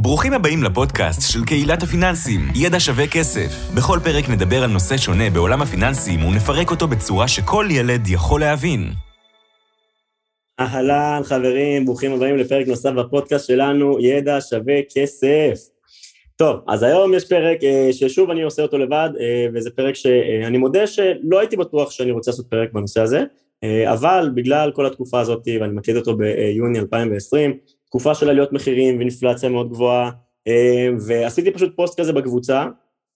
ברוכים הבאים לפודקאסט של קהילת הפיננסים, ידע שווה כסף. בכל פרק נדבר על נושא שונה בעולם הפיננסים ונפרק אותו בצורה שכל ילד יכול להבין. אהלן חברים, ברוכים הבאים לפרק נוסף בפודקאסט שלנו, ידע שווה כסף. טוב, אז היום יש פרק ששוב אני עושה אותו לבד, וזה פרק שאני מודה שלא הייתי בטוח שאני רוצה לעשות פרק בנושא הזה, אבל בגלל כל התקופה הזאת, ואני מקליט אותו ביוני 2020, תקופה של עליות מחירים ואינפלציה מאוד גבוהה, ועשיתי פשוט פוסט כזה בקבוצה,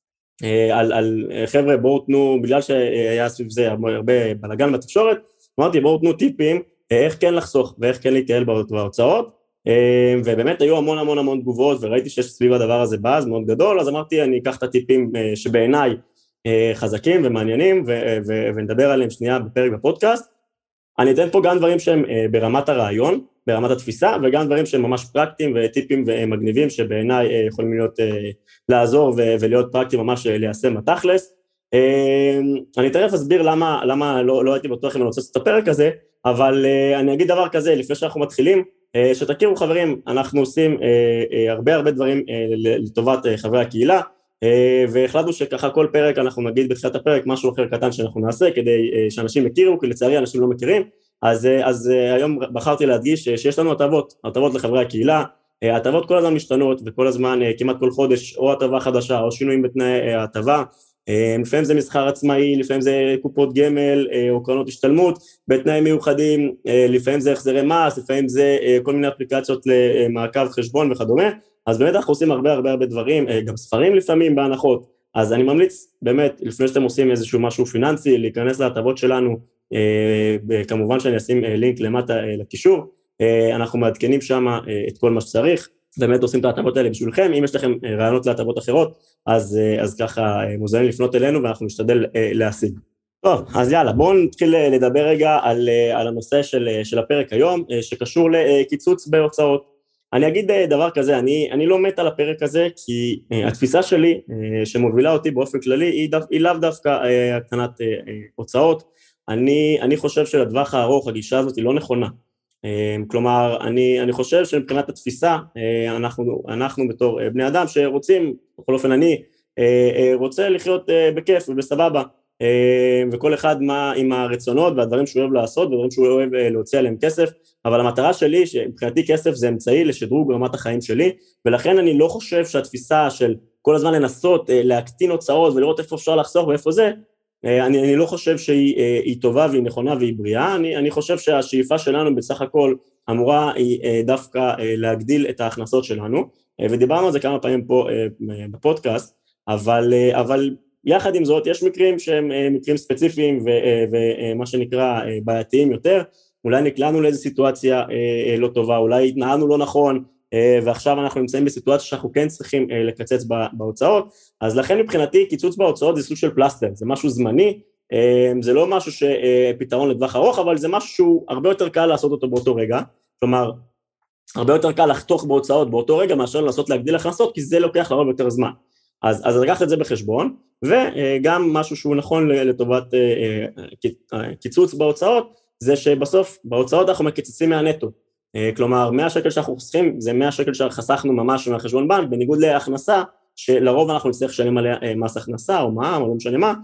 על חבר'ה בואו תנו, בגלל שהיה סביב זה הרבה בלגן בתקשורת, אמרתי בואו תנו טיפים, איך כן לחסוך ואיך כן להתייעל בהוצאות, ובאמת היו המון תגובות, וראיתי שיש סביב הדבר הזה באז מאוד גדול, אז אמרתי אני אקח את הטיפים שבעיניי חזקים ומעניינים, ונדבר עליהם שנייה בפרק בפודקאסט. אני אתן פה גם דברים שהם ברמת הרעיון, ברמת התפיסה, וגם דברים שהם ממש פרקטיים וטיפים ומגניבים, שבעיניי יכולים להיות לעזור ולהיות פרקטיים ממש ליישם בתכלס. אני תכף אסביר למה לא הייתי בטוח אם אני רוצה לעשות את הפרק הזה, אבל אני אגיד דבר כזה, לפני שאנחנו מתחילים, שתכירו חברים, אנחנו עושים הרבה דברים לטובת חברי הקהילה, והחלטנו שככה כל פרק אנחנו נגיד בתחילת הפרק משהו אחר קטן שאנחנו נעשה, כדי שאנשים יכירו, כי לצערי אנשים לא מכירים, אז היום בחרתי להדגיש שיש לנו הטבות לחברי הקהילה, הטבות כל הזמן משתנות, וכל הזמן כמעט כל חודש או הטבה חדשה או שינויים בתנאי ההטבה, לפעמים זה מסחר עצמאי, לפעמים זה קופות גמל או קרנות השתלמות בתנאים מיוחדים, לפעמים זה החזרי מס, לפעמים זה כל מיני אפליקציות למעקב חשבון וכדומה, אז באמת אנחנו עושים הרבה דברים, גם ספרים לפעמים בהנחות, אז אני ממליץ באמת לפני שאתם עושים איזשהו משהו פיננסי, להיכנס להטבות שלנו, כמובן שאני אשים לינק למטה לקישור, אנחנו מעדכנים שם את כל מה שצריך, באמת עושים את ההטבות האלה בשבילכם, אם יש לכם רעיונות להטבות אחרות, אז ככה מוזמנים לפנות אלינו ואנחנו נשתדל להשיג. טוב, אז יאללה, בואו נתחיל לדבר רגע על הנושא של הפרק היום, שקשור לקיצוץ בהוצאות. אני אגיד דבר כזה, אני לא מת על הפרק הזה, כי התפיסה שלי שמובילה אותי באופן כללי, היא לאו דווקא הקטנת הוצאות. אני חושב שלטווח הארוך הגישה הזאת היא לא נכונה. כלומר, אני חושב שמבחינת התפיסה, אנחנו בתור בני אדם שרוצים, בכל אופן אני רוצה לחיות בכיף ובסבבה, וכל אחד עם הרצונות והדברים שהוא אוהב לעשות, והדברים שהוא אוהב להוציא עליהם כסף, אבל המטרה שלי, שמבחינתי כסף זה אמצעי לשדרוג רמת החיים שלי, ולכן אני לא חושב שהתפיסה של כל הזמן לנסות להקטין הוצאות ולראות איפה אפשר לחסוך ואיפה זה, אני לא חושב שהיא טובה והיא נכונה והיא בריאה, אני חושב שהשאיפה שלנו בסך הכל אמורה היא דווקא להגדיל את ההכנסות שלנו, ודיברנו על זה כמה פעמים פה בפודקאסט, אבל יחד עם זאת יש מקרים שהם מקרים ספציפיים ומה שנקרא בעייתיים יותר, אולי נקלענו לאיזו סיטואציה לא טובה, אולי התנהלנו לא נכון, ועכשיו אנחנו נמצאים בסיטואציה שאנחנו כן צריכים לקצץ בהוצאות, אז לכן מבחינתי קיצוץ בהוצאות זה סוג של פלסטר, זה משהו זמני, זה לא משהו שפתרון לטווח ארוך, אבל זה משהו שהוא הרבה יותר קל לעשות אותו באותו רגע, כלומר, הרבה יותר קל לחתוך בהוצאות באותו רגע, מאשר לנסות להגדיל הכנסות, כי זה לוקח לרוב יותר זמן. אז לקחת את זה בחשבון, וגם משהו שהוא נכון לטובת קיצוץ בהוצאות, זה שבסוף בהוצאות אנחנו מקצצים מהנטו, כלומר 100 שקל שאנחנו חוסכים, זה 100 שקל שחסכנו ממש מהחשבון בנק, בניגוד להכנסה, שלרוב אנחנו נצטרך לשלם עליה מס הכנסה, או מע"מ, או לא משנה מה,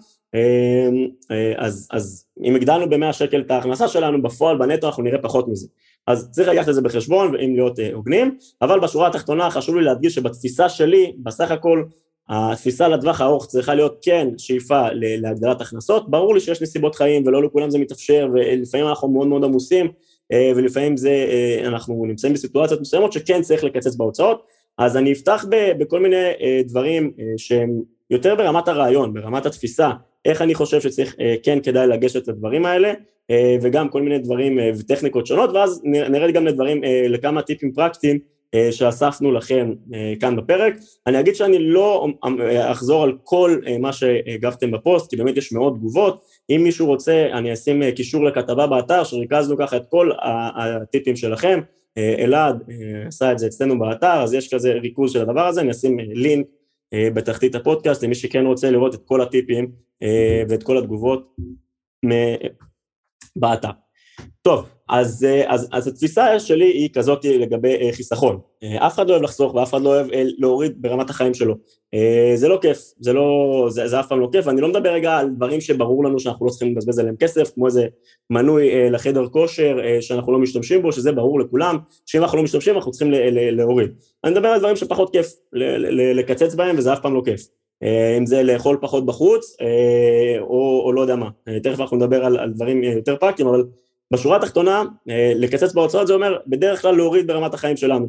אז אם הגדלנו ב100 שקל את ההכנסה שלנו, בפועל בנטו אנחנו נראה פחות מזה, אז צריך לקחת את זה בחשבון, ואם להיות הוגנים, אבל בשורה התחתונה חשוב לי להדגיש שבתפיסה שלי, בסך הכל, התפיסה לטווח הארוך צריכה להיות כן שאיפה להגדלת הכנסות, ברור לי שיש נסיבות חיים ולא לכולם זה מתאפשר, ולפעמים אנחנו מאוד עמוסים, ולפעמים אנחנו נמצאים בסיטואציות מסוימות שכן צריך לקצץ בהוצאות, אז אני אפתח בכל מיני דברים שהם יותר ברמת הרעיון, ברמת התפיסה, איך אני חושב שצריך כן כדאי לגשת לדברים האלה, וגם כל מיני דברים וטכניקות שונות, ואז נרד גם לדברים, לכמה טיפים פרקטיים, שאספנו לכם כאן בפרק. אני אגיד שאני לא אחזור על כל מה שהגבתם בפוסט, כי באמת יש מאוד תגובות, אם מישהו רוצה אני אשים קישור לכתבה באתר, שריכזנו ככה את כל הטיפים שלכם, אלעד עשה את זה אצלנו באתר, אז יש כזה ריכוז של הדבר הזה, אני אשים לינק בתחתית הפודקאסט, למי שכן רוצה לראות את כל הטיפים ואת כל התגובות באתר. טוב, אז התפיסה שלי היא כזאת לגבי חיסכון. אף אחד לא אוהב לחסוך ואף אחד לא אוהב להוריד ברמת החיים שלו. זה לא כיף, זה אף פעם לא כיף, ואני לא מדבר רגע על דברים שברור לנו שאנחנו לא צריכים לבזבז עליהם כסף, כמו איזה מנוי לחדר כושר שאנחנו לא משתמשים בו, שזה ברור לכולם, שאם אנחנו לא משתמשים אנחנו צריכים להוריד. אני מדבר על דברים שפחות כיף לקצץ בהם, וזה אף פעם לא כיף. אם זה לאכול פחות בחוץ, או לא יודע מה. תכף אנחנו נדבר על דברים יותר פרקטיים, אבל בשורה התחתונה, לקצץ בהוצאות זה אומר בדרך כלל להוריד ברמת החיים שלנו,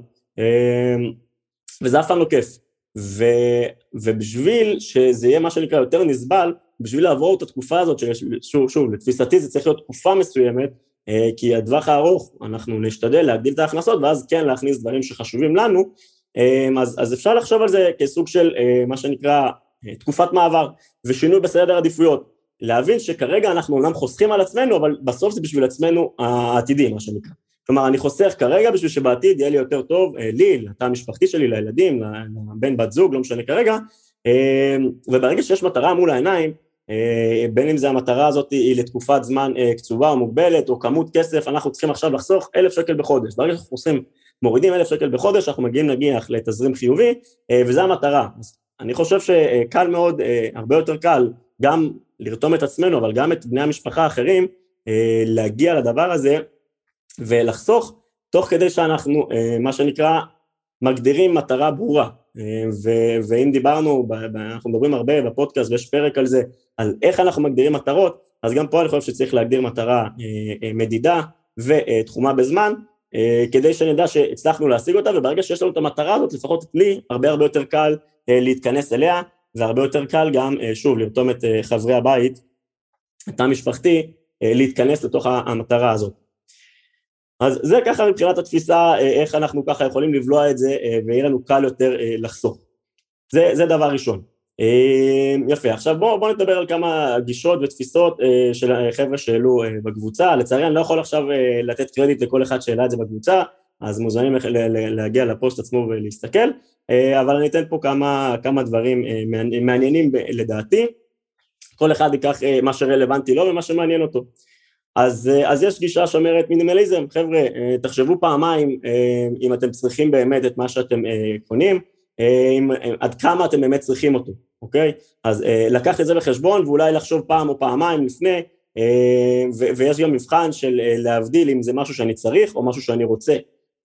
וזה אף פעם לא כיף, ובשביל שזה יהיה מה שנקרא יותר נסבל, בשביל לעבור את התקופה הזאת, שוב, לתפיסתי זה צריך להיות תקופה מסוימת, כי הדווח הארוך אנחנו נשתדל להגדיל את ההכנסות, ואז כן להכניס דברים שחשובים לנו, אז אפשר לחשוב על זה כסוג של מה שנקרא תקופת מעבר, ושינוי בסדר עדיפויות, להבין שכרגע אנחנו אומנם חוסכים על עצמנו, אבל בסוף זה בשביל עצמנו העתידי, מה שנקרא. כלומר, אני חוסך כרגע בשביל שבעתיד יהיה לי יותר טוב, לי, לתא המשפחתי שלי, לילדים, לבן בת זוג, לא משנה כרגע, וברגע שיש מטרה מול העיניים, בין אם זה המטרה הזאת היא לתקופת זמן קצובה או מוגבלת, או כמות כסף, אנחנו צריכים עכשיו לחסוך 1,000 שקל בחודש. ברגע שאנחנו מורידים 1,000 שקל בחודש, אנחנו מגיעים נגיח לתזרים חיובי, וזה המטרה. אז אני חושב שקל מאוד, הרבה יותר קל, גם לרתום את עצמנו, אבל גם את בני המשפחה האחרים, להגיע לדבר הזה, ולחסוך, תוך כדי שאנחנו, מה שנקרא, מגדירים מטרה ברורה, ואם דיברנו, אנחנו מדברים הרבה בפודקאסט, ויש פרק על זה, על איך אנחנו מגדירים מטרות, אז גם פה אני חושב שצריך להגדיר מטרה מדידה, ותחומה בזמן, כדי שנדע שהצלחנו להשיג אותה, וברגע שיש לנו את המטרה הזאת, לפחות לי, הרבה יותר קל להתכנס אליה, והרבה יותר קל גם, שוב, לרתום את חברי הבית, את המשפחתי, להתכנס לתוך המטרה הזאת. אז זה ככה מבחינת התפיסה, איך אנחנו ככה יכולים לבלוע את זה, ויהיה לנו קל יותר לחסוך. זה דבר ראשון. יפה, עכשיו בואו נדבר על כמה גישות ותפיסות של חבר'ה שהעלו בקבוצה, לצערי אני לא יכול עכשיו לתת קרדיט לכל אחד שהעלה את זה בקבוצה, אז מוזמנים להגיע לפוסט עצמו ולהסתכל, אבל אני אתן פה כמה דברים מעניינים לדעתי, כל אחד ייקח מה שרלוונטי לו ומה שמעניין אותו. אז יש גישה שאומרת מינימליזם, חבר'ה, תחשבו פעמיים אם אתם צריכים באמת את מה שאתם קונים, עד כמה אתם באמת צריכים אותו, אוקיי? אז לקחת את זה בחשבון ואולי לחשוב פעם או פעמיים לפני, ויש גם מבחן של להבדיל אם זה משהו שאני צריך או משהו שאני רוצה,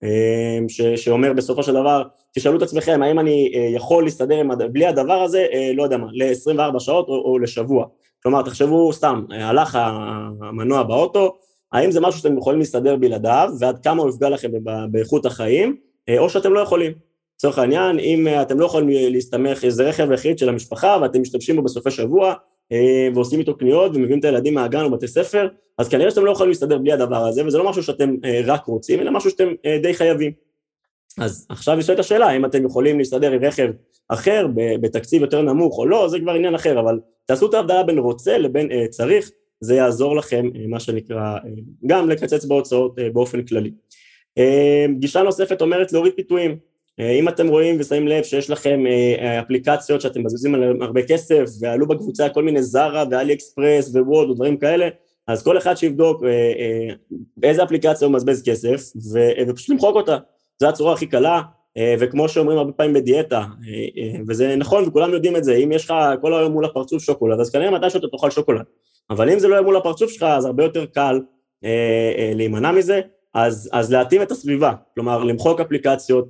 שאומר בסופו של דבר, תשאלו את עצמכם, האם אני יכול להסתדר בלי הדבר הזה, לא יודע מה, ל-24 שעות או לשבוע. כלומר, תחשבו סתם, הלך המנוע באוטו, האם זה משהו שאתם יכולים להסתדר בלעדיו, ועד כמה הוא יפגע לכם באיכות החיים, או שאתם לא יכולים. לצורך העניין, אם אתם לא יכולים להסתמך, איזה רכב היחיד של המשפחה, ואתם משתמשים בו בסופי שבוע, ועושים איתו קניות, ומביאים את הילדים מהגן או בתי ספר, אז כנראה שאתם לא יכולים להסתדר בלי הדבר הזה, וזה לא משהו שאתם רק רוצים, אלא משהו שאתם די חייבים. אז עכשיו יש את השאלה, האם אתם יכולים להסתדר עם רכב אחר, בתקציב יותר נמוך או לא, זה כבר עניין אחר, אבל תעשו את ההבדלה בין רוצה לבין צריך, זה יעזור לכם, מה שנקרא, גם לקצץ בהוצאות באופן כללי. גישה נוספת אומרת להוריד פיתויים, אם אתם רואים ושמים לב שיש לכם אפליקציות שאתם מבזבזים עליהם הרבה כסף, ועלו בקבוצה כל מיני זרה ואלי אקספרס ווורד ודברים כאלה, אז כל אחד שיבדוק באיזה אפליקציה הוא מבזבז כסף, ופשוט למחוק אותה. זו הצורה הכי קלה, וכמו שאומרים הרבה פעמים בדיאטה, וזה נכון וכולם יודעים את זה, אם יש לך כל היום מול הפרצוף שוקולד, אז כנראה מתי שאתה תאכל שוקולד, אבל אם זה לא יהיה מול הפרצוף שלך, אז הרבה יותר קל להימנע מזה, אז להתאים את הסביבה, כלומר למחוק אפליקציות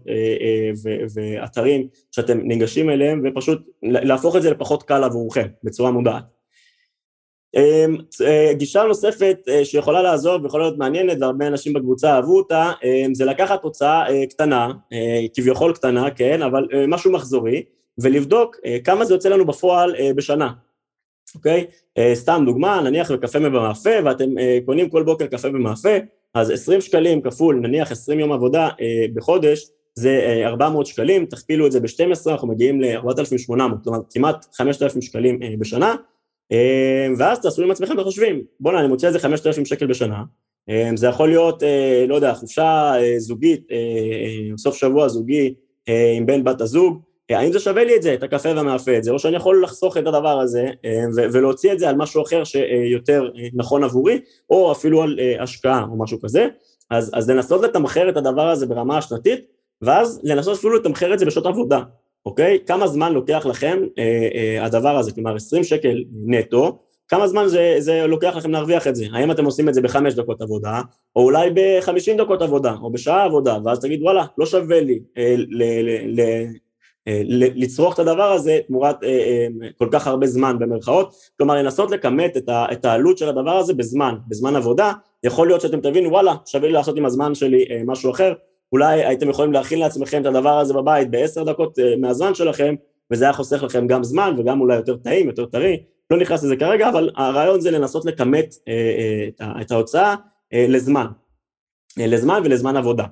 ואתרים שאתם ניגשים אליהם, ופשוט להפוך את זה לפחות קל עבורכם, בצורה מודעת. גישה נוספת שיכולה לעזור ויכולה להיות מעניינת, והרבה אנשים בקבוצה אהבו אותה, זה לקחת תוצאה קטנה, כביכול קטנה, כן, אבל משהו מחזורי, ולבדוק כמה זה יוצא לנו בפועל בשנה, אוקיי? סתם דוגמה, נניח בקפה במאפה, ואתם קונים כל בוקר קפה במאפה, אז 20 שקלים כפול, נניח 20 יום עבודה בחודש, זה 400 שקלים, תכפילו את זה ב-12, אנחנו מגיעים ל-4,800, כלומר כמעט 5,000 שקלים בשנה, ואז תעשו עם עצמכם וחושבים, בואו אני מוצא איזה 5,000 שקל בשנה, זה יכול להיות, לא יודע, חופשה זוגית, סוף שבוע זוגי עם בן בת הזוג, האם זה שווה לי את זה, את הקפה והמאפה את זה, או שאני יכול לחסוך את הדבר הזה, ולהוציא את זה על משהו אחר שיותר נכון עבורי, או אפילו על השקעה או משהו כזה, אז לנסות לתמחר את הדבר הזה ברמה השנתית, ואז לנסות אפילו לתמחר את זה בשעות עבודה, אוקיי? כמה זמן לוקח לכם הדבר הזה, כלומר 20 שקל נטו, כמה זמן זה לוקח לכם להרוויח את זה? האם אתם עושים את זה ב5 דקות עבודה, או אולי ב50 דקות עבודה, או בשעה עבודה, ואז תגיד, וואלה, לא שווה לי לצרוך את הדבר הזה תמורת כל כך הרבה זמן במרכאות, כלומר לנסות לכמת את העלות של הדבר הזה בזמן עבודה, יכול להיות שאתם תבינו, וואלה, שווה לי לעשות עם הזמן שלי משהו אחר, אולי הייתם יכולים להכין לעצמכם את הדבר הזה בבית ב10 דקות מהזמן שלכם, וזה היה חוסך לכם גם זמן וגם אולי יותר טעים, יותר טרי, לא נכנס לזה כרגע, אבל הרעיון זה לנסות לכמת את ההוצאה לזמן ולזמן עבודה.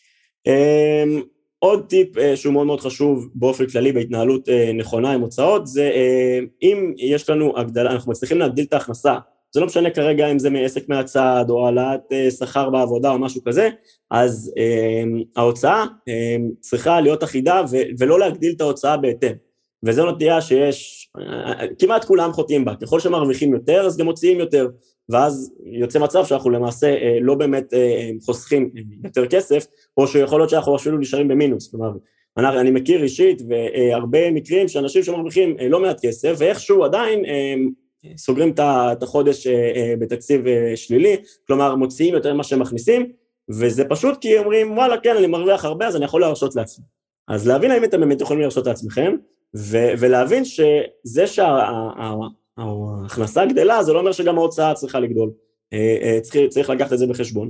עוד טיפ שהוא מאוד מאוד חשוב באופן כללי בהתנהלות נכונה עם הוצאות, זה אם יש לנו הגדלה, אנחנו מצליחים להגדיל את ההכנסה, זה לא משנה כרגע אם זה מעסק מהצד או העלאת שכר בעבודה או משהו כזה, אז ההוצאה צריכה להיות אחידה ולא להגדיל את ההוצאה בהתאם, וזו נטייה שיש, כמעט כולם חוטאים בה, ככל שמרוויחים יותר אז גם מוציאים יותר, ואז יוצא מצב שאנחנו למעשה לא באמת חוסכים יותר כסף, או שיכול להיות שאנחנו אפילו נשארים במינוס, כלומר, אני מכיר אישית והרבה מקרים שאנשים שמרוויחים לא מעט כסף, ואיכשהו עדיין סוגרים את החודש בתקציב שלילי, כלומר מוציאים יותר ממה שמכניסים, וזה פשוט כי אומרים, וואלה כן, אני מרוויח הרבה, אז אני יכול להרשות לעצמי. אז להבין האם אתם באמת יכולים להרשות לעצמכם, ולהבין שזה ההכנסה גדלה, זה לא אומר שגם ההוצאה צריכה לגדול, צריך לקחת את זה בחשבון.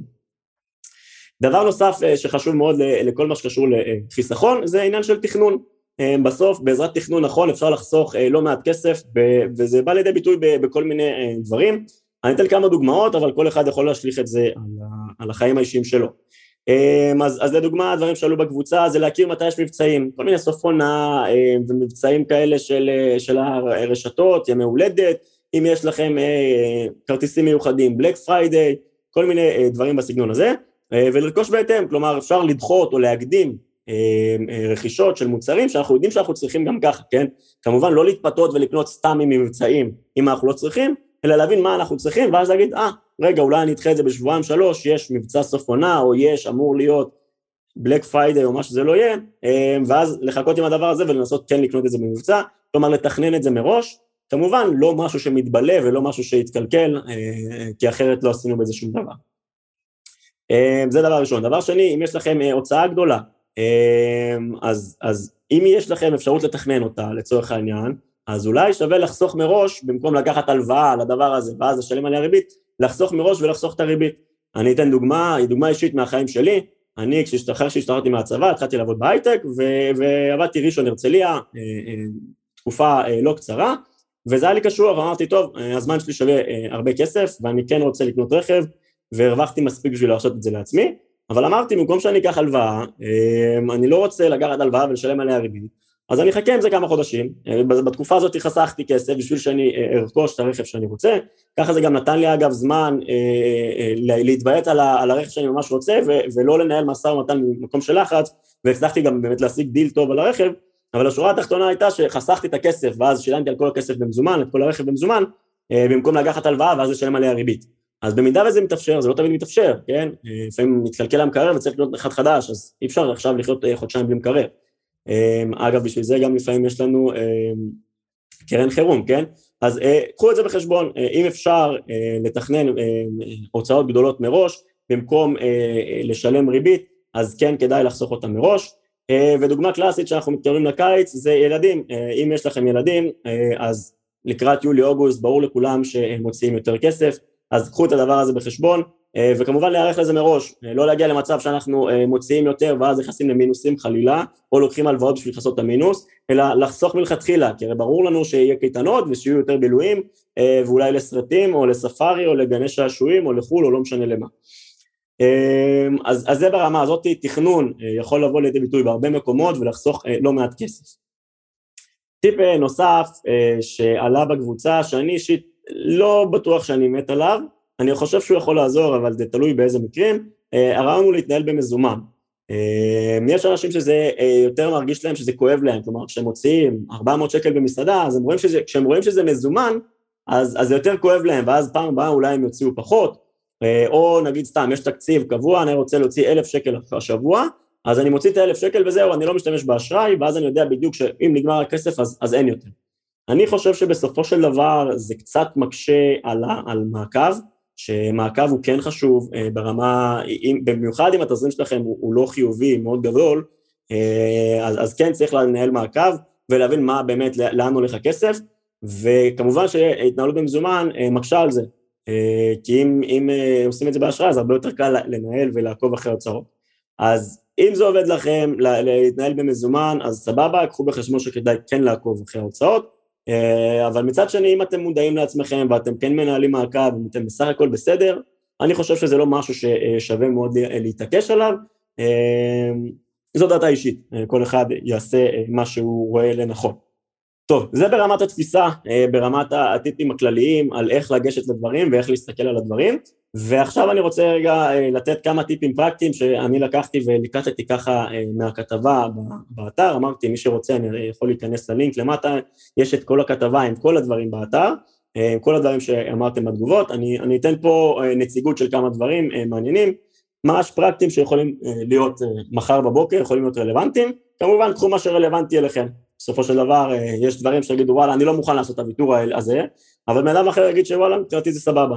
דבר נוסף שחשוב מאוד לכל מה שקשור לחיסכון, זה עניין של תכנון. בסוף, בעזרת תכנון נכון, אפשר לחסוך לא מעט כסף, וזה בא לידי ביטוי בכל מיני דברים. אני אתן כמה דוגמאות, אבל כל אחד יכול להשליך את זה על החיים האישיים שלו. אז לדוגמה, הדברים שעלו בקבוצה, זה להכיר מתי יש מבצעים, כל מיני סוף עונה ומבצעים כאלה של הרשתות, ימי הולדת, אם יש לכם כרטיסים מיוחדים, בלק פריידיי, כל מיני דברים בסגנון הזה, ולרכוש בהתאם, כלומר אפשר לדחות או להקדים רכישות של מוצרים שאנחנו יודעים שאנחנו צריכים גם ככה, כן? כמובן לא להתפתות ולקנות סתם עם מבצעים, אם אנחנו לא צריכים, אלא להבין מה אנחנו צריכים, ואז להגיד, רגע, אולי אני אדחה את זה בשבועיים 3, יש מבצע סוף עונה, או אמור להיות בלק פריידיי או מה שזה לא יהיה, ואז לחכות עם הדבר הזה ולנסות כן לקנות את זה במבצע, כלומר לתכנן את זה מראש, כמובן לא משהו שמתבלה ולא משהו שיתקלקל, כי אחרת לא עשינו בזה שום דבר. זה דבר ראשון. דבר שני, אם יש לכם הוצאה גדולה, אז אם יש לכם אפשרות לתכנן אותה לצורך העניין, אז אולי שווה לחסוך מראש, במקום לקחת הלוואה לדבר הזה, ואז לשלם עליה ריבית, לחסוך מראש ולחסוך את הריבית. אני אתן דוגמה אישית מהחיים שלי, אני אחרי שהשתחררתי מהצבא, התחלתי לעבוד בהייטק, ועבדתי ראשון הרצליה, תקופה לא קצרה, וזה היה לי קשור, ואמרתי, טוב, הזמן שלי שווה הרבה כסף, ואני כן רוצה לקנות רכב, והרווחתי מספיק בשביל לעשות את זה לעצמי, אבל אמרתי, במקום שאני אקח הלוואה, אני לא רוצה לקחת הלוואה ולשלם עליה ריבית, אז אני אחכה עם זה כמה חודשים, בתקופה הזאת חסכתי כסף בשביל שאני ארכוש את הרכב שאני רוצה, ככה זה גם נתן לי אגב זמן להתבייט על הרכב שאני ממש רוצה, ולא לנהל משא ומתן ממקום של לחץ, והצלחתי גם באמת להשיג דיל טוב על הרכב, אבל השורה התחתונה הייתה שחסכתי את הכסף, ואז שילמתי על כל הכסף במזומן, את כל הרכב במזומן, במקום לקחת הלוואה ואז לשלם עליה ריבית. אז במידה וזה מתאפשר, זה לא תמיד מתאפשר, כן? לפעמים מתקלקל המקרר וצריך להיות אחד חדש, אז אי אפשר עכשיו לחיות חודשיים בלי מקרר. אגב, בשביל זה גם לפעמים יש לנו קרן חירום, כן? אז קחו את זה בחשבון, אם אפשר לתכנן הוצאות גדולות מראש, במקום לשלם ריבית, אז כן כדאי לחסוך אותם מראש. ודוגמה קלאסית שאנחנו מתקרבים לקיץ, זה ילדים, אם יש לכם ילדים, אז לקראת יולי-אוגוסט, ברור לכולם שהם מוציאים יותר כסף, אז קחו את הדבר הזה בחשבון, וכמובן להיערך לזה מראש, לא להגיע למצב שאנחנו מוציאים יותר, ואז נכנסים למינוסים חלילה, או לוקחים הלוואות בשביל לחסות את המינוס, אלא לחסוך מלכתחילה, כי הרי ברור לנו שיהיה קייטנות, ושיהיו יותר בילויים, ואולי לסרטים, או לספארי, או לגני שעשועים, או לחול, או לא משנה למה. אז זה ברמה הזאת, תכנון יכול לבוא לידי ביטוי בהרבה מקומות, ולחסוך לא מעט כסף. טיפ נוסף שעלה בקבוצה, שאני אישית לא בטוח שאני מת עליו, אני חושב שהוא יכול לעזור, אבל זה תלוי באיזה מקרים, הרעיון הוא להתנהל במזומן. יש אנשים שזה יותר מרגיש להם, שזה כואב להם, כלומר, כשהם מוציאים 400 שקל במסעדה, אז כשהם רואים שזה מזומן, אז זה יותר כואב להם, ואז פעם הבאה אולי הם יוציאו פחות, או נגיד סתם, יש תקציב קבוע, אני רוצה להוציא 1,000 שקל השבוע, אז אני מוציא את 1,000 שקל וזהו, אני לא משתמש באשראי, ואז אני יודע בדיוק שאם נגמר הכסף, אז אין יותר. אני חושב שבסופו של דבר זה קצת מקשה על מעקב, שמעקב הוא כן חשוב ברמה, במיוחד אם התזרים שלכם הוא לא חיובי, מאוד גדול, אז כן צריך לנהל מעקב ולהבין מה באמת, לאן הולך הכסף, וכמובן שהתנהלות במזומן מקשה על זה, כי אם עושים את זה באשראי, אז הרבה יותר קל לנהל ולעקוב אחרי הוצאות. אז אם זה עובד לכם להתנהל במזומן, אז סבבה, קחו בחשבון שכדאי כן לעקוב אחרי ההוצאות, אבל מצד שני, אם אתם מודעים לעצמכם ואתם כן מנהלים מעקב, אם אתם בסך הכל בסדר, אני חושב שזה לא משהו ששווה מאוד להתעקש עליו, זו דעתה אישית, כל אחד יעשה מה שהוא רואה לנכון. טוב, זה ברמת התפיסה, ברמת הטיפים הכלליים על איך לגשת לדברים ואיך להסתכל על הדברים, ועכשיו אני רוצה רגע לתת כמה טיפים פרקטיים שאני לקחתי וליקטתי ככה מהכתבה באתר, אמרתי מי שרוצה אני יכול להיכנס ללינק למטה, יש את כל הכתבה עם כל הדברים באתר, עם כל הדברים שאמרתם בתגובות, אני אתן פה נציגות של כמה דברים מעניינים, ממש פרקטיים שיכולים להיות מחר בבוקר, יכולים להיות רלוונטיים, כמובן תחום מה שרלוונטי אליכם, בסופו של דבר יש דברים שיגידו וואלה אני לא מוכן לעשות את הוויתור הזה, אבל בן אדם אחר יגיד שוואלה מבחינתי זה סבבה.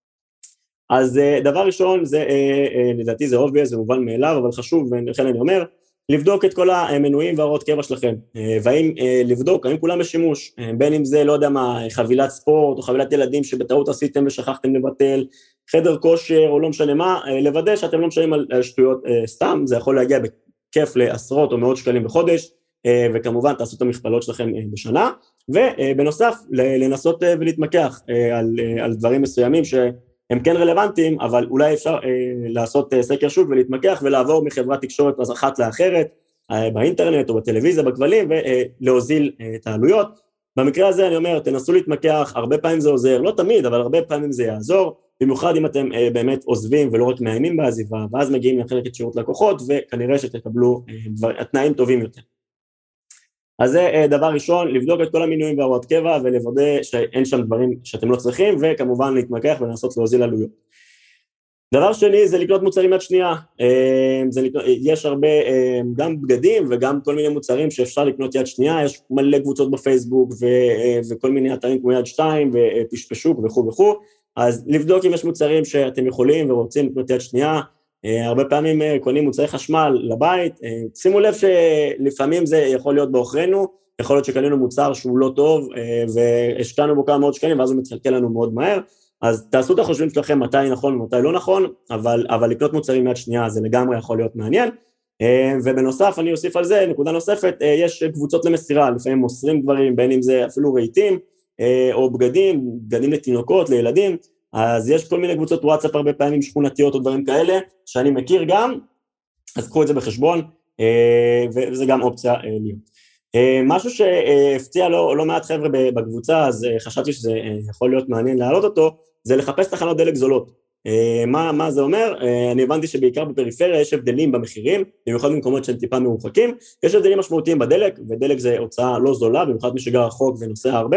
אז דבר ראשון, לדעתי זה obvious, זה מובן מאליו, אבל חשוב, ולכן אני אומר, לבדוק את כל המנויים וההוראות קבע שלכם, והאם לבדוק, האם כולם בשימוש, בין אם זה, לא יודע מה, חבילת ספורט, או חבילת ילדים שבטעות עשיתם ושכחתם לבטל, חדר כושר, או לא משנה מה, לוודא שאתם לא משלמים על שטויות סתם, זה יכול להגיע בכיף לעשרות או מאות שקלים בחודש, וכמובן תעשו את המכפלות שלכם בשנה, ובנוסף, לנסות ולהתמקח על דברים מסוימים הם כן רלוונטיים, אבל אולי אפשר לעשות סקר שוק ולהתמקח ולעבור מחברת תקשורת אחת לאחרת, באינטרנט או בטלוויזיה, בכבלים, ולהוזיל את העלויות. במקרה הזה אני אומר, תנסו להתמקח, הרבה פעמים זה עוזר, לא תמיד, אבל הרבה פעמים זה יעזור, במיוחד אם אתם באמת עוזבים ולא רק מאיימים בעזיבה, ואז מגיעים לחלק שירות לקוחות, וכנראה שתקבלו תנאים טובים יותר. אז זה דבר ראשון, לבדוק את כל המינויים והוראות קבע, ולוודא שאין שם דברים שאתם לא צריכים, וכמובן להתמקח ולנסות להוזיל עלויות. דבר שני, זה לקנות מוצרים יד שנייה, יש הרבה, גם בגדים וגם כל מיני מוצרים שאפשר לקנות יד שנייה, יש מלא קבוצות בפייסבוק, וכל מיני אתרים כמו יד 2, ופשפשוק וכו' וכו', אז לבדוק אם יש מוצרים שאתם יכולים ורוצים לקנות יד שנייה, הרבה פעמים קונים מוצרי חשמל לבית, שימו לב שלפעמים זה יכול להיות באוכרנו, יכול להיות שקנינו מוצר שהוא לא טוב, והשקענו בו כמה מאות שקלים, ואז הוא מתחלקל לנו מאוד מהר, אז תעשו את החושבים שלכם מתי נכון ומתי לא נכון, אבל לקנות מוצרים מיד שנייה זה לגמרי יכול להיות מעניין, ובנוסף אני אוסיף על זה, נקודה נוספת, יש קבוצות למסירה, לפעמים מוסרים דברים, בין אם זה אפילו רהיטים, או בגדים לתינוקות, לילדים, אז יש כל מיני קבוצות וואטסאפ הרבה פעמים שכונתיות או דברים כאלה, שאני מכיר גם, אז קחו את זה בחשבון, וזה גם אופציה להיות. משהו שהפציע לא מעט חבר'ה בקבוצה, אז חשבתי שזה יכול להיות מעניין להעלות אותו, זה לחפש תחנות דלק זולות. מה זה אומר? אני הבנתי שבעיקר בפריפריה יש הבדלים במחירים, במיוחד במקומות שהם טיפה מרוחקים, יש הבדלים משמעותיים בדלק, ודלק זה הוצאה לא זולה, במיוחד מי שגר רחוק ונוסע הרבה,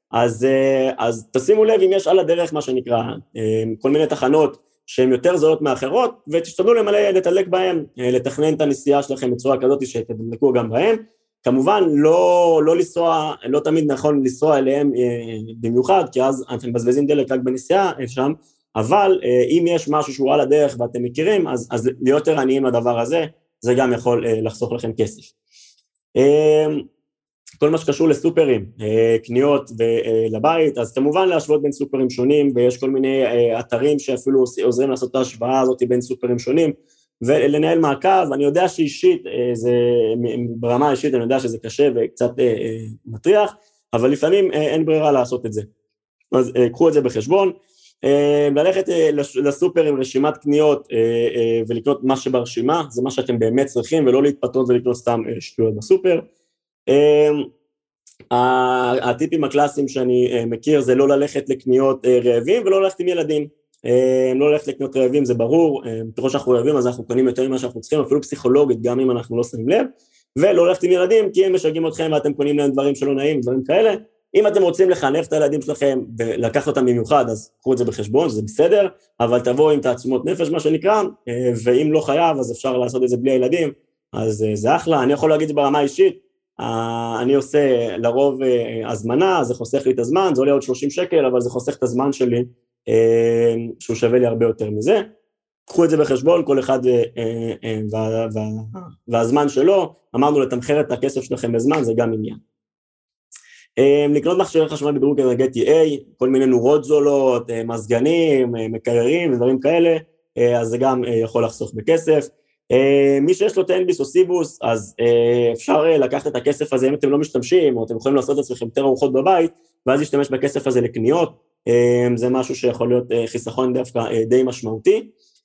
אז תשימו לב אם יש על הדרך מה שנקרא, כל מיני תחנות שהן יותר זולות מאחרות, ותשתדלו לתדלק בהן, לתכנן את הנסיעה שלכם בצורה כזאת שתדלקו גם בהן, כמובן לא לנסוע, לא תמיד נכון לנסוע אליהם במיוחד, כי אז אתם מבזבזים דלק רק בנסיעה שם, אבל אם יש משהו שהוא על הדרך ואתם מכירים, אז להיות ערניים לדבר הזה, זה גם יכול לחסוך לכם כסף. כל מה שקשור לסופרים, קניות לבית, אז כמובן להשוות בין סופרים שונים, ויש כל מיני אתרים שאפילו עוזרים לעשות את ההשוואה הזאת בין סופרים שונים, ולנהל מעקב. אני יודע שאישית, ברמה האישית אני יודע שזה קשה וקצת מטריח, אבל לפעמים אין ברירה לעשות את זה. אז קחו את זה בחשבון, ללכת לסופר עם רשימת קניות ולקנות מה שברשימה, זה מה שאתם באמת צריכים, ולא להתפתות ולקנות סתם שטויות בסופר. הטיפים הקלאסיים שאני מכיר זה לא ללכת לקניות רעבים ולא ללכת עם ילדים, לא ללכת לקנות רעבים, זה ברור, ככל שאנחנו רעבים אז אנחנו קונים יותר ממה שאנחנו צריכים, אפילו פסיכולוגית, גם אם אנחנו לא שמים לב, ולא ללכת עם ילדים, כי הם משגעים אתכם ואתם קונים להם דברים שלא נעים, דברים כאלה. אם אתם רוצים לחנך את הילדים שלכם ולקחת אותם במיוחד, אז קחו את זה בחשבון, זה בסדר, אבל תבואו עם תעצומות נפש, מה שנקרא, ואם לא חייב, אז אפשר לעשות את זה בלי הילדים, אז זה אחלה. אני יכול להגיד את זה ברמה אישית, אני עושה לרוב הזמנה, זה חוסך לי את הזמן, זה עולה עוד 30 שקל, אבל זה חוסך את הזמן שלי, שהוא שווה לי הרבה יותר מזה. קחו את זה בחשבון, כל אחד והזמן שלו, אמרנו לתמחר את הכסף שלכם בזמן, זה גם עניין. לקנות מכשירי חשמל בדירוג אנרגטי A, כל מיני נורות זולות, מזגנים, מקררים ודברים כאלה, אז זה גם יכול לחסוך בכסף. מי שיש לו טנביס או סיבוס, אז אפשר לקחת את הכסף הזה אם אתם לא משתמשים, או אתם יכולים לעשות את עצמכם יותר ארוחות בבית, ואז להשתמש בכסף הזה לקניות, זה משהו שיכול להיות חיסכון דווקא די משמעותי.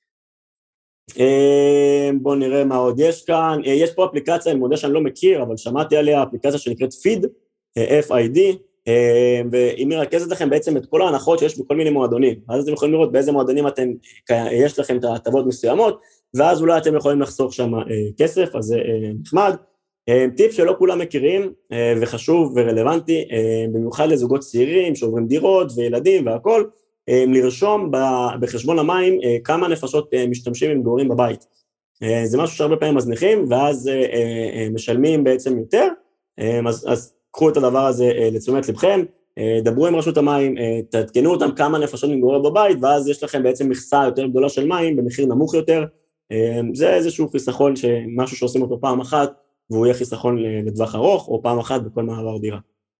בואו נראה מה עוד יש כאן, יש פה אפליקציה, אני מודה שאני לא מכיר, אבל שמעתי עליה, אפליקציה שנקראת FID, FID, והיא מרכזת לכם בעצם את כל ההנחות שיש בכל מיני מועדונים, אז אתם יכולים לראות באיזה מועדונים יש לכם את ההטבות מסוימות, ואז אולי אתם יכולים לחסוך שם כסף, אז זה נחמד. טיפ שלא כולם מכירים, וחשוב ורלוונטי, במיוחד לזוגות צעירים שעוברים דירות וילדים והכל, לרשום בחשבון המים כמה נפשות משתמשים עם גורים בבית. זה משהו שהרבה פעמים מזניחים, ואז משלמים בעצם יותר, אז קחו את הדבר הזה לתשומת לבכם, דברו עם רשות המים, תעדכנו אותם כמה נפשות מתגוררות בבית, ואז יש לכם בעצם מכסה יותר גדולה של מים, במחיר נמוך יותר, זה איזשהו חיסכון, משהו שעושים אותו פעם אחת, והוא יהיה חיסכון לטווח ארוך, או פעם אחת בכל מעבר דירה.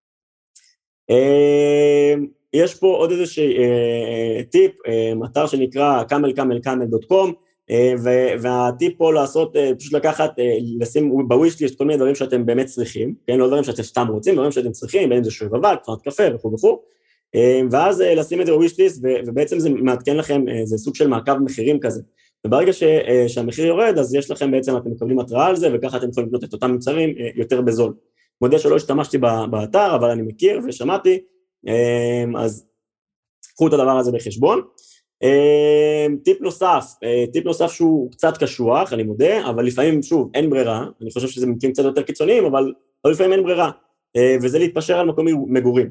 יש פה עוד איזשהו טיפ, אתר שנקרא camel.com, והטיפ פה לעשות, פשוט לקחת, לשים בווישליסט כל מיני דברים שאתם באמת צריכים, כן, לא דברים שאתם סתם רוצים, דברים שאתם צריכים, בין אם זה שובבה, קצת קפה וכו', ואז לשים את זה בווישליסט, ובעצם זה מעדכן לכם, זה סוג של מעקב מחירים כזה, וברגע שהמחיר יורד, אז יש לכם בעצם, אתם מקבלים התראה על זה, וככה אתם יכולים לקנות את אותם מוצרים יותר בזול. מודה שלא השתמשתי באתר, אבל אני מכיר ושמעתי, אז קחו את הדבר הזה בחשבון. טיפ נוסף שהוא קצת קשוח, אני מודה, אבל לפעמים, שוב, אין ברירה, אני חושב שזה מקרים קצת יותר קיצוניים, אבל לפעמים אין ברירה, וזה להתפשר על מקום מגורים.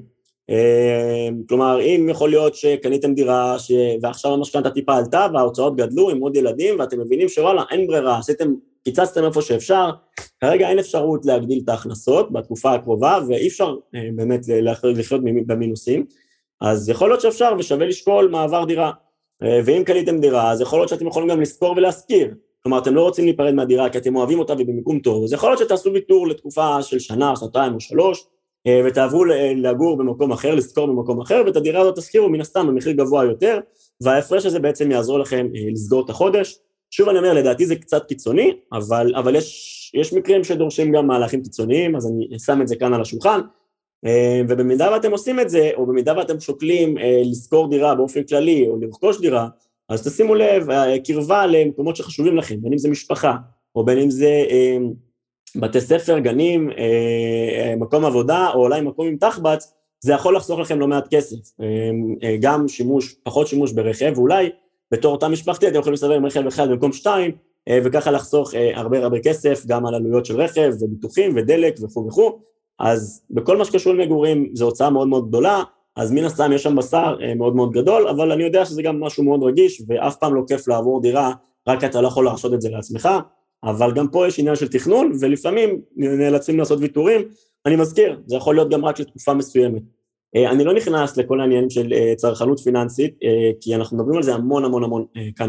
כלומר, אם יכול להיות שקניתם דירה, ועכשיו המשכנתא טיפה עלתה, וההוצאות גדלו עם עוד ילדים, ואתם מבינים שוואלה, אין ברירה, קיצצתם איפה שאפשר, כרגע אין אפשרות להגדיל את ההכנסות בתקופה הקרובה, ואי אפשר באמת לחיות במינוסים, אז יכול להיות שאפשר ושווה לשקול מעבר דירה, ואם קניתם דירה, אז יכול להיות שאתם יכולים גם לזכור ולהזכיר, כלומר, אתם לא רוצים להיפרד מהדירה, כי אתם אוהבים אותה ובמיקום טוב, אז יכול להיות שתעשו ויתור לתקופה של שנה, שנתיים או 3, ותעברו לגור במקום אחר, לזכור במקום אחר, ואת הדירה הזאת תזכירו מן הסתם במחיר גבוה יותר, וההפרש הזה בעצם יעזור לכם לסגור את החודש. שוב אני אומר, לדעתי זה קצת קיצוני, אבל יש מקרים שדורשים גם מהלכים קיצוניים, אז אני שם את זה כאן על השולחן, ובמידה ואתם עושים את זה, או במידה ואתם שוקלים לזכור דירה באופן כללי, או לרכוש דירה, אז תשימו לב, קרבה למקומות שחשובים לכם, בין אם זה משפחה, או בין אם זה בתי ספר, גנים, מקום עבודה, או אולי מקום עם תחבץ, זה יכול לחסוך לכם לא מעט כסף, גם פחות שימוש ברכב, ואולי בתור אותה משפחתי, אתם יכולים להסתובב עם רכב אחד במקום 2, וככה לחסוך הרבה כסף, גם על עלויות של רכב, וביטוחים, ודלק, וכו'. אז בכל מה שקשור למגורים, זו הוצאה מאוד מאוד גדולה, אז מן הסתם יש שם בשר מאוד מאוד גדול, אבל אני יודע שזה גם משהו מאוד רגיש, ואף פעם לא כיף לעבור דירה, רק אתה לא יכול להרשות את זה לעצמך, אבל גם פה יש עניין של תכנון, ולפעמים נאלצים לעשות ויתורים. אני מזכיר, זה יכול להיות גם רק לתקופה מסוימת. אני לא נכנס לכל העניינים של צרכנות פיננסית, כי אנחנו מדברים על זה המון כאן,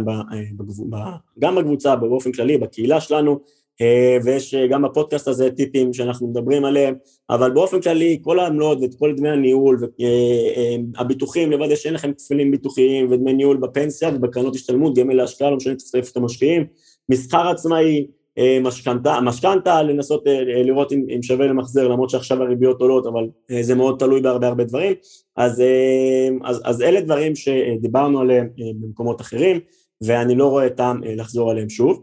גם בקבוצה, באופן כללי, בקהילה שלנו, ויש גם בפודקאסט הזה טיפים שאנחנו מדברים עליהם, אבל באופן כללי, כל העמלות ואת כל דמי הניהול, והביטוחים, לבד שאין לכם תפעולים ביטוחיים, ודמי ניהול בפנסיה, ובקרנות השתלמות, גמל להשקעה, לא משנה תפסף את המשקיעים, מסחר עצמאי, משכנתא, לנסות לראות אם שווה למחזר, למרות שעכשיו הריביות עולות, אבל זה מאוד תלוי בהרבה דברים, אז אלה דברים שדיברנו עליהם במקומות אחרים, ואני לא רואה טעם לחזור עליהם שוב.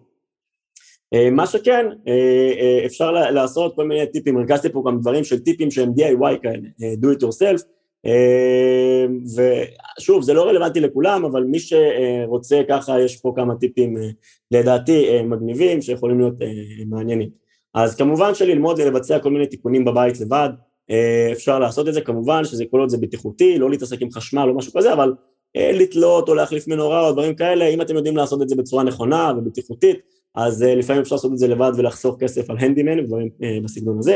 מה שכן, אפשר לעשות כל מיני טיפים, הרגשתי פה גם דברים של טיפים שהם DIY כאלה, do it yourself, ושוב, זה לא רלוונטי לכולם, אבל מי שרוצה ככה, יש פה כמה טיפים לדעתי מגניבים, שיכולים להיות מעניינים. אז כמובן שללמוד ולבצע כל מיני תיקונים בבית לבד, אפשר לעשות את זה, כמובן שזה כל עוד זה בטיחותי, לא להתעסק עם חשמל או משהו כזה, אבל לתלות או להחליף מנורה או דברים כאלה, אם אתם יודעים לעשות את זה בצורה נכונה ובטיחותית, אז לפעמים אפשר לעשות את זה לבד ולחסוך כסף על הנדימן ודברים בסגנון הזה.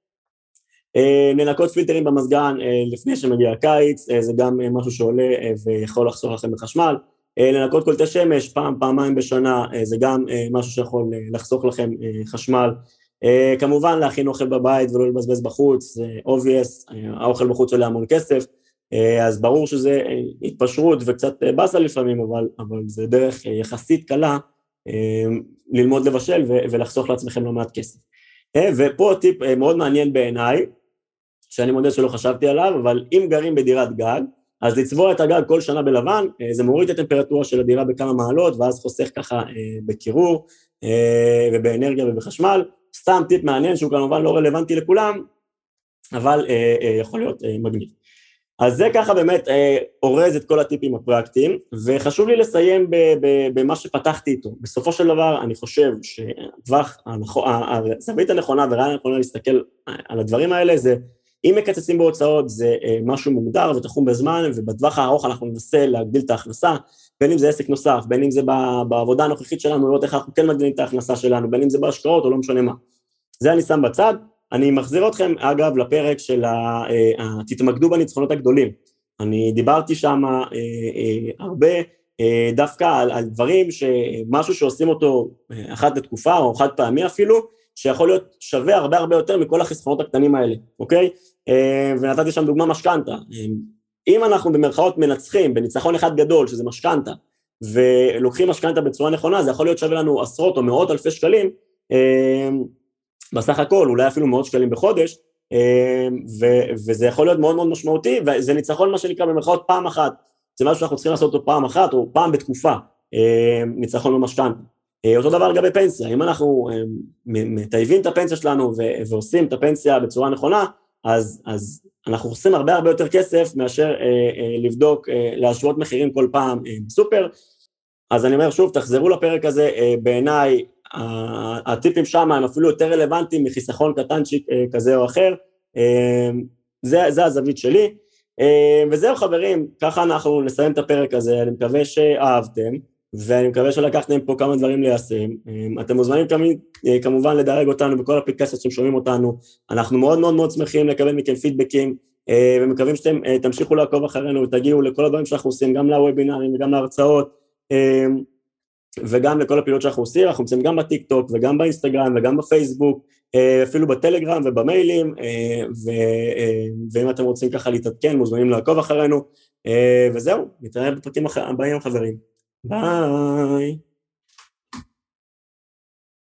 לנקות פילטרים במזגן לפני שמגיע הקיץ, זה גם משהו שעולה ויכול לחסוך לכם בחשמל. לנקות קולטי שמש פעמיים בשנה, זה גם משהו שיכול לחסוך לכם חשמל. כמובן להכין אוכל בבית ולא לבזבז בחוץ, זה obvious, האוכל בחוץ עולה המון כסף, אז ברור שזה התפשרות וקצת בסה לפעמים, אבל זה דרך יחסית קלה ללמוד לבשל ולחסוך לעצמכם לא מעט כסף. ופה טיפ מאוד מעניין בעיניי, שאני מודה שלא חשבתי עליו, אבל אם גרים בדירת גג, אז לצבוע את הגג כל שנה בלבן, זה מוריד את הטמפרטורה של הדירה בכמה מעלות, ואז חוסך ככה בקירור ובאנרגיה ובחשמל. סתם טיפ מעניין שהוא כמובן לא רלוונטי לכולם, אבל יכול להיות מגניב. אז זה ככה באמת אורז את כל הטיפים הפרקטיים, וחשוב לי לסיים במה שפתחתי איתו. בסופו של דבר אני חושב שהזווית הנכונה והרעיון הנכונה להסתכל על הדברים האלה זה, אם מקצצים בהוצאות זה משהו מוגדר ותחום בזמן, ובטווח הארוך אנחנו ננסה להגדיל את ההכנסה, בין אם זה עסק נוסף, בין אם זה בעבודה הנוכחית שלנו, לראות איך אנחנו כן מגדילים את ההכנסה שלנו, בין אם זה בהשקעות או לא משנה מה. זה אני שם בצד. אני מחזיר אתכם, אגב, לפרק של תתמקדו בניצחונות הגדולים. אני דיברתי שם הרבה דווקא על דברים שמשהו שעושים אותו אחת לתקופה או חד פעמי אפילו, שיכול להיות שווה הרבה הרבה יותר מכל החסכונות הקטנים האלה, אוקיי? ונתתי שם דוגמה משכנתה. אם אנחנו במרכאות מנצחים בניצחון אחד גדול, שזה משכנתה, ולוקחים משכנתה בצורה נכונה, זה יכול להיות שווה לנו עשרות או מאות אלפי שקלים, בסך הכל, אולי אפילו מאות שקלים בחודש, וזה יכול להיות מאוד מאוד משמעותי, וזה ניצחון מה שנקרא במרכאות פעם אחת, זה משהו שאנחנו צריכים לעשות אותו פעם אחת, או פעם בתקופה, ניצחון במשכנתה. אותו דבר לגבי פנסיה, אם אנחנו מטייבים את הפנסיה שלנו, ועושים את הפנסיה בצורה נכונה, אז אנחנו עושים הרבה הרבה יותר כסף, מאשר לבדוק, להשוות מחירים כל פעם בסופר. אז אני אומר שוב, תחזרו לפרק הזה, בעיניי, הטיפים שם הם אפילו יותר רלוונטיים מחיסכון קטנצ'יק כזה או אחר, זה הזווית שלי, וזהו חברים, ככה אנחנו נסיים את הפרק הזה, אני מקווה שאהבתם, ואני מקווה שלקחתם פה כמה דברים ליישם, אתם מוזמנים כמובן לדרג אותנו בכל אפליקציות שאתם שומעים אותנו, אנחנו מאוד מאוד מאוד שמחים לקבל מכם פידבקים, ומקווים שאתם תמשיכו לעקוב אחרינו ותגיעו לכל הדברים שאנחנו עושים, גם לוובינרים וגם להרצאות, וגם לכל הפעילות שאנחנו עושים, אנחנו נמצאים גם בטיק טוק וגם באינסטגרם וגם בפייסבוק, אפילו בטלגרם ובמיילים, ואם אתם רוצים ככה להתעדכן, מוזמנים לעקוב אחרינו, וזהו, נתראה בפרקים הבאים חברים, ביי.